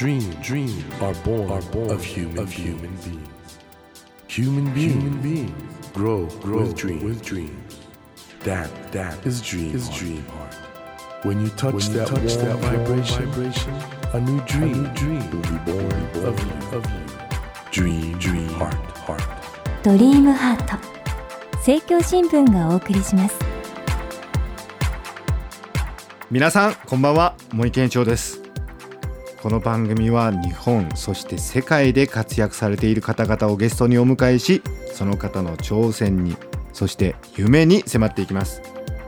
Dreams are born of human beings. Human beings grow with dreams. That is dream heart. When you touch that vibration, a new dream will be born of you. Dream heart. ドリームハート、政教新聞がお送りします。 皆さんこんばんは、森健一郎です。この番組は日本そして世界で活躍されている方々をゲストにお迎えし、その方の挑戦にそして夢に迫っていきます。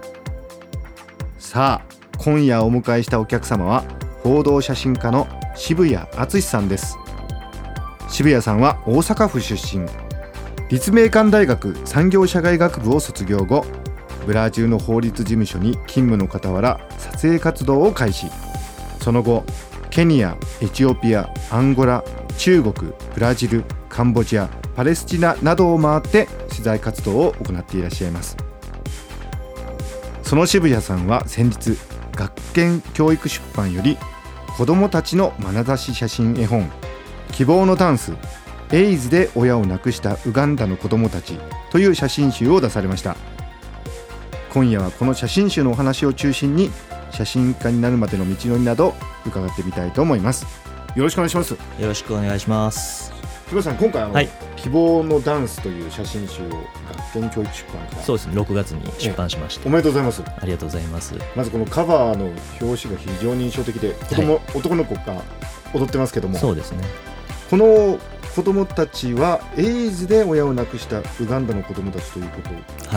さあ、今夜お迎えしたお客様は報道写真家の渋谷敦さんです。渋谷さんは大阪府出身、立命館大学産業社会学部を卒業後、ブラジルの法律事務所に勤務の傍ら撮影活動を開始。その後ケニア、エチオピア、アンゴラ、中国、ブラジル、カンボジア、パレスチナなどを回って取材活動を行っていらっしゃいます。その渋谷さんは先日、学研教育出版より子どもたちの眼差し写真絵本、希望のダンス、エイズで親を亡くしたウガンダの子どもたちという写真集を出されました。今夜はこの写真集のお話を中心に、写真家になるまでの道のりなど伺ってみたいと思います。よろしくお願いします。 よろしくお願いします。 渋谷さん、今回はい、 希望のダンスという写真集を学研教育出版から、 そうですね、6月に出版しました。 おめでとうございます。 ありがとうございます。 まずこのカバーの表紙が非常に印象的で、男の子が踊ってますけども、 そうですね、 この子供たちはエイズで親を亡くしたウガンダの子供たちということ、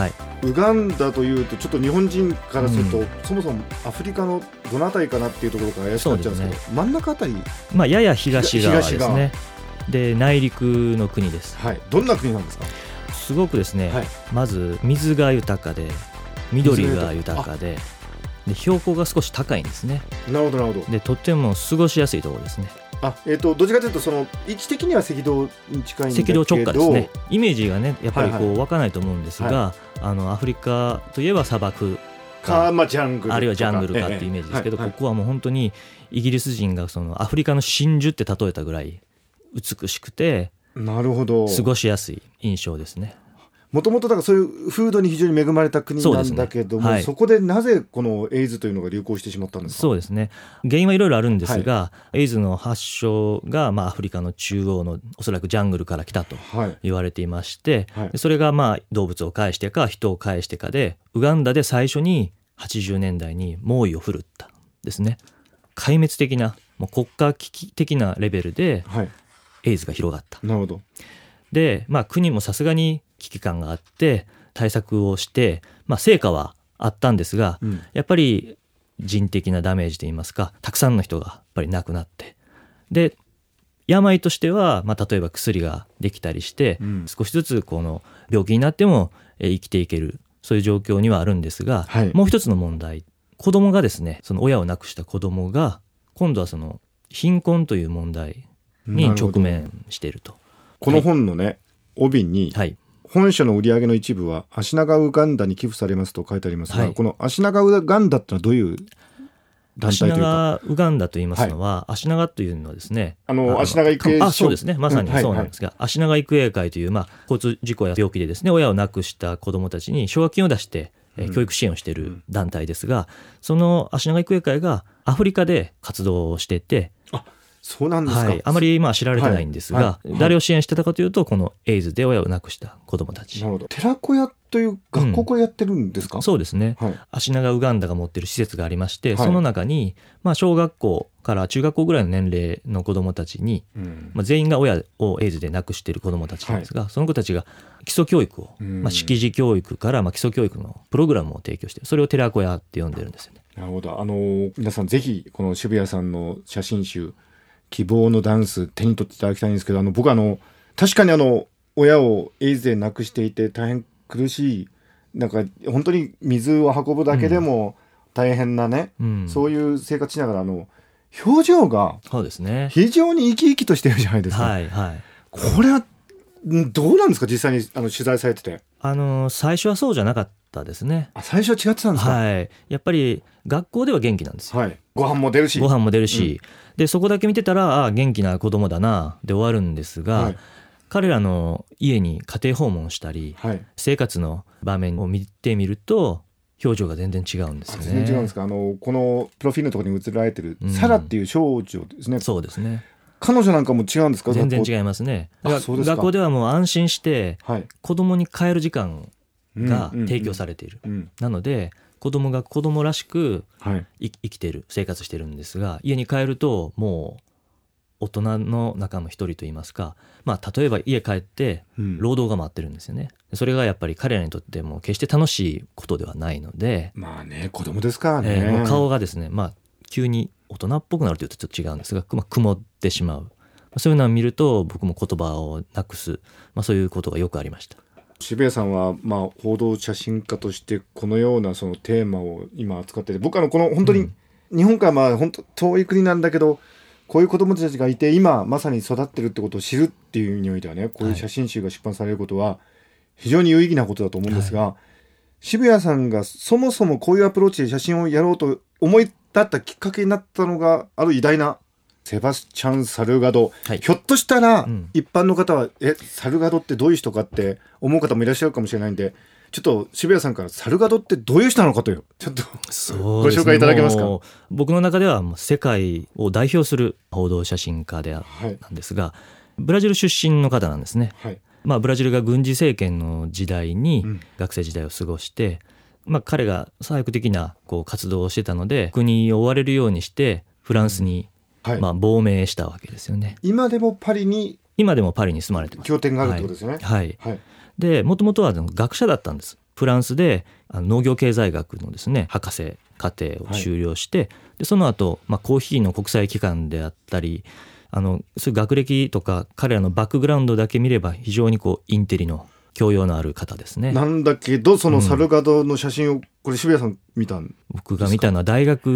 はい、 ウガンダというとちょっと日本人からすると、そもそもアフリカのどのあたりかなっていうところから怪しくなっちゃうんですけど、真ん中あたり、 やや東側ですね。で、内陸の国です。 はい、どんな国なんですか？ すごくですね、 はい、 まず水が豊かで、緑が豊かで、標高が少し高いんですね。 なるほどなるほど。 で、とっても過ごしやすいところですね。 どっちかというとその位置的には赤道に近いんだけど、 赤道直下ですね。イメージがね、やっぱり湧かないと思うんですが、 はアフリカといえば砂漠か、ジャングルあるいはジャングルかっていうイメージですけど、ここはもう本当にイギリス人がそのアフリカの真珠って例えたぐらい美しくて、 なるほど、 過ごしやすい印象ですね。 もともとだからそういう風土に非常に恵まれた国なんだけども、 そこでなぜこのエイズというのが流行してしまったんですか？ そうですね、原因はいろいろあるんですが、エイズの発祥がアフリカの中央のおそらくジャングルから来たと言われていまして、それが動物を介してか人を介してかで、ウガンダで最初に80年代に猛威を振るったですね。壊滅的な、もう国家危機的なレベルでエイズが広がった。 なるほど。 で、国もさすがに危機感があって対策をして、成果はあったんですが、やっぱり人的なダメージといいますか、たくさんの人がやっぱり亡くなって、で病としては、例えば薬ができたりして、少しずつこの病気になっても生きていける、そういう状況にはあるんですが、もう一つの問題、子供がですね、その親を亡くした子供が今度はその貧困という問題に直面していると。 この本のね、帯に、本書の売り上げの一部はアシナガウガンダに寄付されますと書いてありますが、このアシナガウガンダってのはどういう団体というか？アシナガウガンダといいますのは、アシナガというのはですね、アシナガ育英そうですね、まさにそうなんですが、アシナガ育英会という、交通事故や病気でですね、親を亡くした子どもたちに奨学金を出して、教育支援をしている団体ですが、そのアシナガ育英会がアフリカで活動をしていて、 そうなんですか。 あまり知られてないんですが、誰を支援してたかというと、このエイズで親を亡くした子どもたち。 なるほど。寺子屋という学校をやってるんですか？ そうですね、アシナガウガンダが持っている施設がありまして、その中に、小学校から中学校ぐらいの年齢の子どもたちに、全員が親をエイズで亡くしている子どもたちなんですが、その子たちが基礎教育を、識字教育から基礎教育のプログラムを提供して、それを寺子屋って呼んでるんですよね。 なるほど。皆さんぜひこの渋谷さんの写真集希望のダンス手に取っていただきたいんですけど、僕確かに親をエイズで亡くしていて大変苦しい、なんか本当に水を運ぶだけでも大変なね、そういう生活しながら表情が非常に生き生きとしてるじゃないですか。これはどうなんですか、実際に取材されてて。 最初はそうじゃなかっったですね。 最初は違ってたんですか？ はい、やっぱり学校では元気なんですよ、 はい、ご飯も出るし、 でそこだけ見てたら元気な子供だなで終わるんですが、はい、彼らの家に家庭訪問したり、はい、生活の場面を見てみると表情が全然違うんですよね。 全然違うんですか？このプロフィールのところに映られてるサラっていう少女ですね。 そうですね。 彼女なんかも違うんですか？ 全然違いますね。学校ではもう安心して子供に帰る時間が提供されている、なので子供が子供らしく生きている、生活してるんですが、家に帰るともう大人の中の一人といいますか、例えば家帰って労働が待ってるんですよね。それがやっぱり彼らにとっても決して楽しいことではないので、 子供ですからね、 もう顔がですね、急に大人っぽくなるというとちょっと違うんですが、曇ってしまう、そういうのを見ると僕も言葉をなくす、そういうことがよくありました。 渋谷さんは報道写真家としてこのようなそのテーマを今扱ってて、僕この本当に日本から本当遠い国なんだけど、こういう子どもたちがいて今まさに育ってるってことを知るっていう意味においてはね、こういう写真集が出版されることは非常に有意義なことだと思うんですが、渋谷さんがそもそもこういうアプローチで写真をやろうと思い立ったきっかけになったのが、ある偉大なセバスチャン・サルガド、ひょっとしたら一般の方はサルガドってどういう人かって思う方もいらっしゃるかもしれないんで、ちょっと渋谷さんからサルガドってどういう人なのかというちょっとご紹介いただけますか？ 僕の中では世界を代表する報道写真家でなんですが、ブラジル出身の方なんですね。ブラジルが軍事政権の時代に学生時代を過ごして、彼が左翼的な活動をしてたので、国を追われるようにしてフランスに亡命したわけですよね。 今でもパリに住まれてます。 拠点があるってことですよね。 でもともとは学者だったんです。フランスで農業経済学のですね博士課程を修了して、でその後、コーヒーの国際機関であったり、そういう学歴とか彼らのバックグラウンドだけ見れば非常にインテリの教養のある方ですね。 なんだけどそのサルガドの写真をこれ渋谷さん見たんですか？ 僕が見たのは大学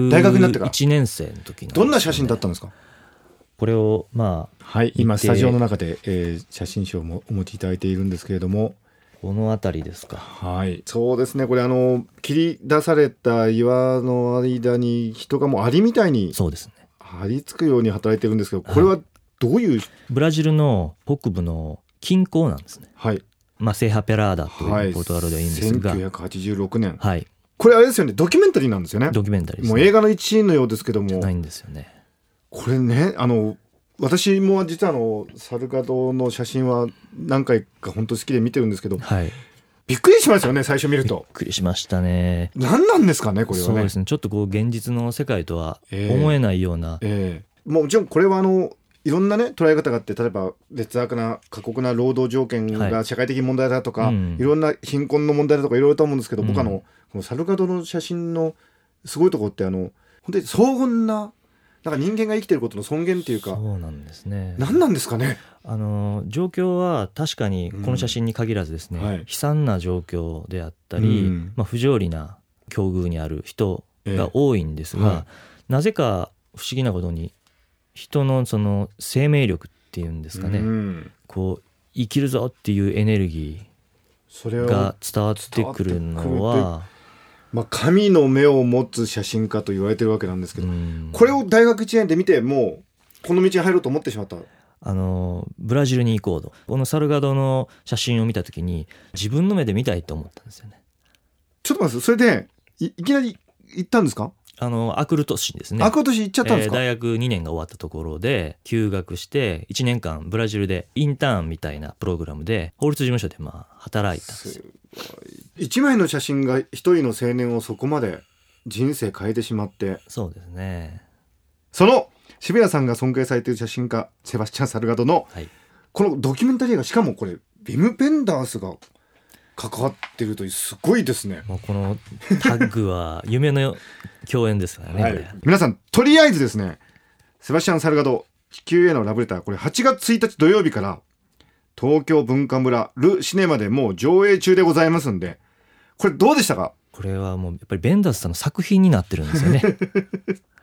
1年生の時なんですね。 どんな写真だったんですか？ これを今スタジオの中で、写真集をお持ちいただいているんですけれども、 この辺りですか？ そうですね。これ切り出された岩の間に人がもうアリみたいに張り付くように働いてるんですけど、これはどういう、 ブラジルの北部の近郊なんですね。セーハペラーダというポルトガルでいいんですが、 1986年、これあれですよね、ドキュメンタリーなんですよね。 ドキュメンタリーですね。 もう映画の一シーンのようですけども、 じゃないんですよね。 これね、私も実はサルガドの写真は何回か本当好きで見てるんですけど、びっくりしますよね、最初見ると。 びっくりしましたね。 何なんですかね、これはね。 そうですね、ちょっと現実の世界とは思えないような、 もちろんこれはいろんな捉え方があって、例えば劣悪な過酷な労働条件が社会的問題だとか、いろんな貧困の問題だとかいろいろと思うんですけど、僕このサルガドの写真のすごいところって本当に壮大な人間が生きてることの尊厳っていうか、 そうなんですね。 何なんですかね。 状況は確かにこの写真に限らずですね、悲惨な状況であったり、不条理な境遇にある人が多いんですが、なぜか不思議なことに人のその生命力っていうんですかね、生きるぞっていうエネルギーが伝わってくるのは、 神の目を持つ写真家と言われてるわけなんですけど、これを大学1年で見てもうこの道に入ろうと思ってしまった。 ブラジルに行こうと、このサルガドの写真を見た時に自分の目で見たいと思ったんですよね。 ちょっと待って、それで いきなり行ったんですか？ アクルト市ですね。 アクルト市行っちゃったんですか？ 大学2年が終わったところで休学して1年間ブラジルでインターンみたいなプログラムで法律事務所で働いたんですよ。 一枚の写真が一人の青年をそこまで人生変えてしまって。 そうですね。 その渋谷さんが尊敬されている写真家セバスチャン・サルガドの、このドキュメンタリーが、しかもこれビム・ベンダースが関わってるという、すごいですね。 もうこのタッグは夢の共演ですからね。 皆さんとりあえずですね、セバスチャン・サルガド地球へのラブレター、これ8月1日土曜日から東京文化村ルシネマでもう上映中でございますんで、これどうでしたか？ これはもうやっぱりベンダースさんの作品になってるんですよね。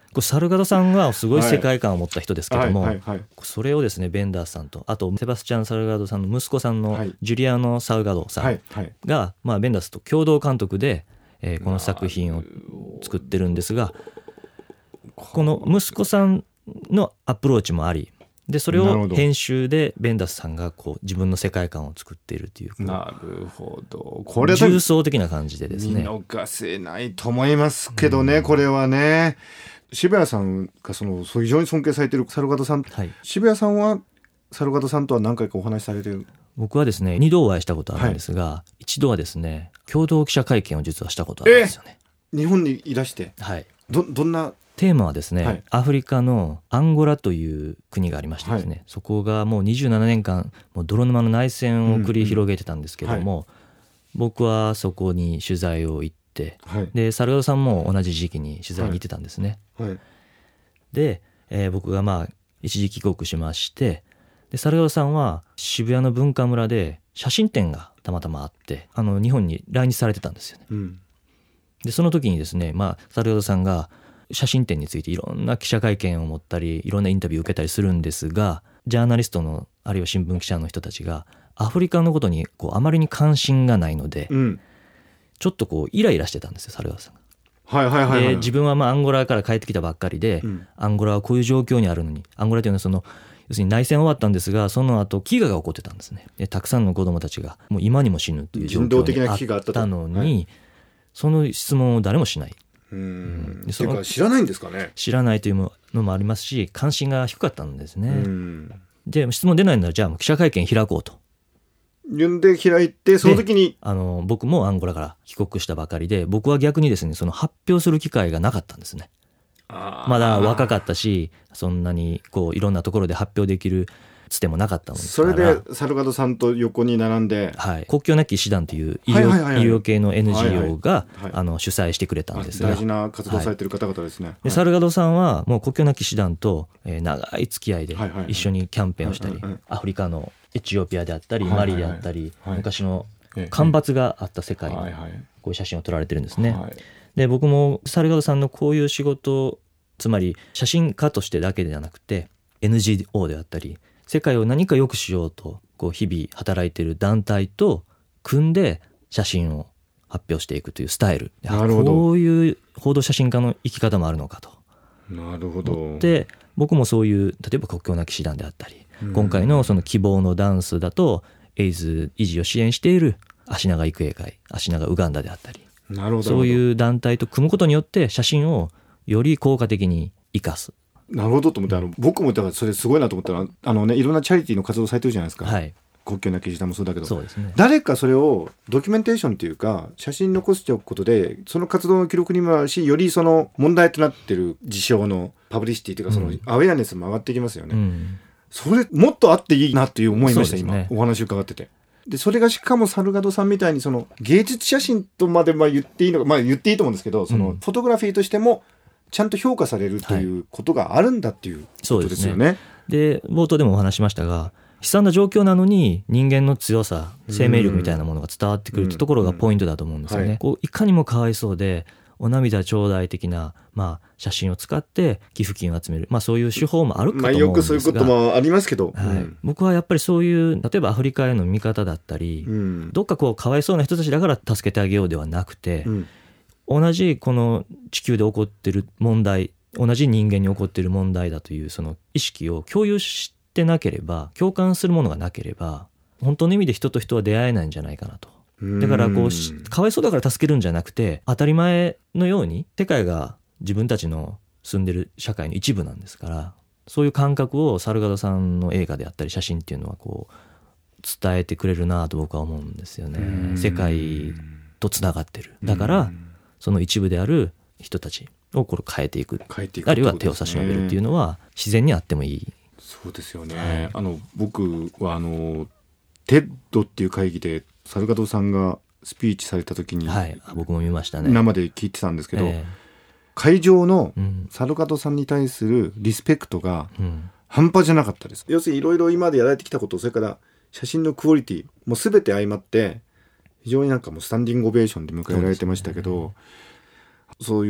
サルガドさんはすごい世界観を持った人ですけども、 はいはいはいはい、 それをですねベンダースさんとあとセバスチャン・サルガドさんの息子さんのジュリアーノ・サルガドさんが、まあ、ベンダースと共同監督で、この作品を作ってるんですが、この息子さんのアプローチもありでそれを編集でベンダースさんがこう自分の世界観を作っているという、 なるほど、これ重層的な感じでですね、 見逃せないと思いますけどね、これはね。渋谷さんがそう非常に尊敬されているサルガドさん、はい、渋谷さんはサルガドさんとは何回かお話しされている？ 僕はですね2度お会いしたことあるんですが、はい、一度はですね共同記者会見を実はしたことあるんですよね。 日本にいらして、はい、どんなテーマはですね、はい、アフリカのアンゴラという国がありましてですね、はい、そこがもう27年間もう泥沼の内戦を繰り広げてたんですけども、はい、僕はそこに取材を行って、はい、でサルガドさんも同じ時期に取材に行ってたんですね、はいはい、で、僕がまあ一時帰国しまして、でサルガドさんは渋谷の文化村で写真展がたまたまあって日本に来日されてたんですよね、うん、でその時にですね、まあ、サルガドさんが写真展についていろんな記者会見を持ったりいろんなインタビューを受けたりするんですが、ジャーナリストのあるいは新聞記者の人たちがアフリカのことにこうあまりに関心がないので、うん、ちょっとこうイライラしてたんですよサルガドさんが。はいはいはいはい、で自分はまあアンゴラから帰ってきたばっかりで、うん、アンゴラはこういう状況にあるのに、アンゴラというのはその要するに内戦終わったんですがその後飢餓が起こってたんですね。でたくさんの子どもたちがもう今にも死ぬという状況にあったのに、はい、その質問を誰もしない。 っていうか知らないんですかね。 知らないというのもありますし関心が低かったんですね。で質問出ないならじゃあ記者会見開こうと呼んで開いて、その時に僕もアンゴラから帰国したばかりで、僕は逆にですねその発表する機会がなかったんですね。まだ若かったしそんなにこういろんなところで発表できるつてもなかったもんですから。 それでサルガドさんと横に並んで、 はい、国境なき医師団という医療系の NGO が主催してくれたんですが、 大事な活動されている方々ですね、はい、 でサルガドさんはもう国境なき医師団と長い付き合いで一緒にキャンペーンをしたり、アフリカのエチオピアであったりマリであったり、昔の干ばつがあった世界にこういう写真を撮られてるんですね。で僕もサルガドさんのこういう仕事、つまり写真家としてだけではなくて NGO であったり世界を何か良くしようとこう日々働いている団体と組んで写真を発表していくというスタイル、こういう報道写真家の生き方もあるのかと。 なるほど。 で僕もそういう例えば国境なき師団であったり、今回のその希望のダンスだとエイズ維持を支援している足長育英会、足長ウガンダであったり、そういう団体と組むことによって写真をより効果的に生かす。 なるほどと思って、僕もだからそれすごいなと思ったらいろんなチャリティーの活動されてるじゃないですか、はい、国境なき医師団もそうだけど、そうですね、誰かそれをドキュメンテーションというか写真残しておくことでその活動の記録にもあるし、よりその問題となっている事象のパブリシティというかそのアウェアネスも上がっていきますよね、それもっとあっていいなっていう思いました、今お話伺ってて。でそれがしかもサルガドさんみたいにその芸術写真とまで言っていいのか、言っていいと思うんですけど、そのフォトグラフィーとしてもちゃんと評価されるということがあるんだっていうことですよね。はい、 で冒頭でもお話しましたが、悲惨な状況なのに人間の強さ、生命力みたいなものが伝わってくるってところがポイントだと思うんですよね。こういかにもかわいそうでお涙頂戴的な、写真を使って寄付金を集める、そういう手法もあるかと思うんですが、 よくそういうこともありますけど、 僕はやっぱりそういう例えばアフリカへの見方だったり、どっかこうかわいそうな人たちだから助けてあげようではなくて、同じこの地球で起こっている問題、同じ人間に起こっている問題だというその意識を共有してなければ、共感するものがなければ本当の意味で人と人は出会えないんじゃないかなと。だからこうかわいそうだから助けるんじゃなくて、当たり前のように世界が自分たちの住んでる社会の一部なんですから、そういう感覚をサルガドさんの映画であったり写真っていうのはこう伝えてくれるなと僕は思うんですよね。世界とつながってる。だからその一部である人たちをこれ変えていく、あるいは手を差し伸べるっていうのは自然にあってもいい。 そうですよね。僕はテッドっていう会議でサルガドさんがスピーチされた時に、 僕も見ましたね。 生で聞いてたんですけど、会場のサルガドさんに対するリスペクトが半端じゃなかったです。要するにいろいろ今までやられてきたこと、それから写真のクオリティもう全て相まって非常にもうスタンディングオベーションで迎えられてましたけど、そういう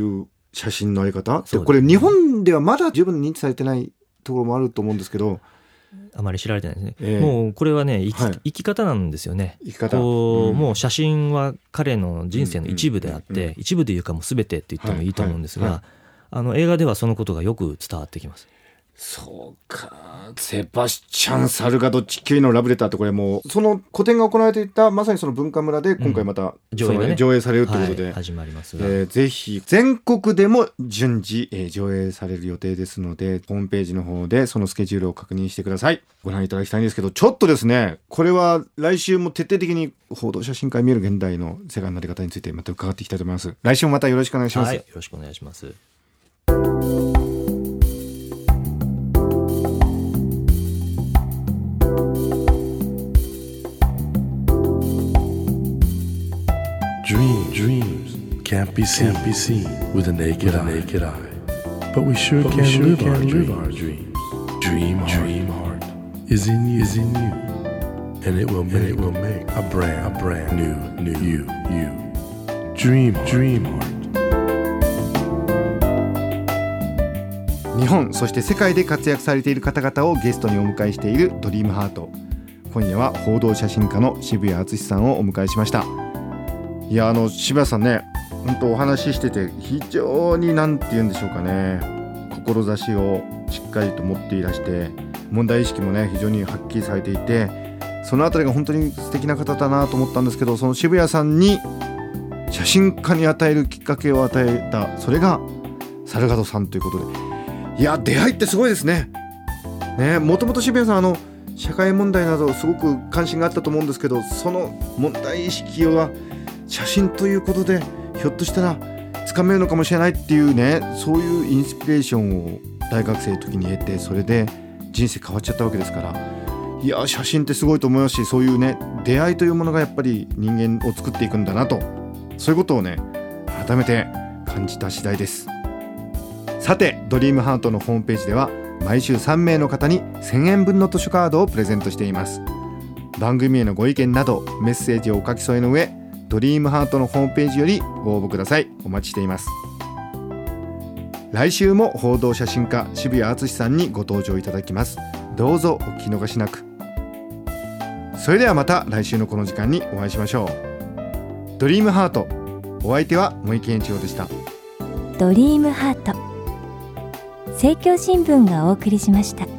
写真のあり方そうですね。 これ日本ではまだ十分認知されてないところもあると思うんですけど、 あまり知られてないですね。もうこれはね生き方なんですよね。 生き方、 もう写真は彼の人生の一部であって、一部でいうかもう全てって言ってもいいと思うんですが、映画ではそのことがよく伝わってきます。 そうか。セバスチャン・サルガド地球のラブレターって、これもうその個展が行われていたまさにその文化村で今回また、 上映されるということで、 始まりますが、 ぜひ全国でも順次、上映される予定ですので、ホームページの方でそのスケジュールを確認してください。ご覧いただきたいんですけど、ちょっとですね、これは来週も徹底的に報道写真家見える現代の世界のあり方についてまた伺っていきたいと思います。来週もまたよろしくお願いします。 よろしくお願いします。 Dreams can't be seen with a naked eye. But we sure can live our dreams. Dream heart is in you, and it will make a brand new you. Dream heart. 日本そして世界で活躍されている方々をゲストにお迎えしているドリームハート。今夜は報道写真家の渋谷敦さんをお迎えしました。いや、渋谷さんね、本当お話ししてて非常になんて言うんでしょうかね、志をしっかりと持っていらして、問題意識もね非常にはっきりされていて、そのあたりが本当に素敵な方だなと思ったんですけど、その渋谷さんに写真家に与えるきっかけを与えた、それがサルガドさんということで、いや出会いってすごいですね。もともと渋谷さん社会問題などすごく関心があったと思うんですけど、その問題意識は写真ということでひょっとしたらつかめるのかもしれないっていうね、そういうインスピレーションを大学生の時に得て、それで人生変わっちゃったわけですから、いや写真ってすごいと思いますし、そういうね出会いというものがやっぱり人間を作っていくんだなと、そういうことをね改めて感じた次第です。さて、ドリームハートのホームページでは毎週3名の方に1000円分の図書カードをプレゼントしています。番組へのご意見などメッセージをお書き添えの上、ドリームハートのホームページよりご応募ください。お待ちしています。来週も報道写真家渋谷敦さんにご登場いただきます。どうぞお聞き逃しなく。それではまた来週のこの時間にお会いしましょう。ドリームハート、お相手は森健一郎でした。 ドリームハート、政教新聞がお送りしました。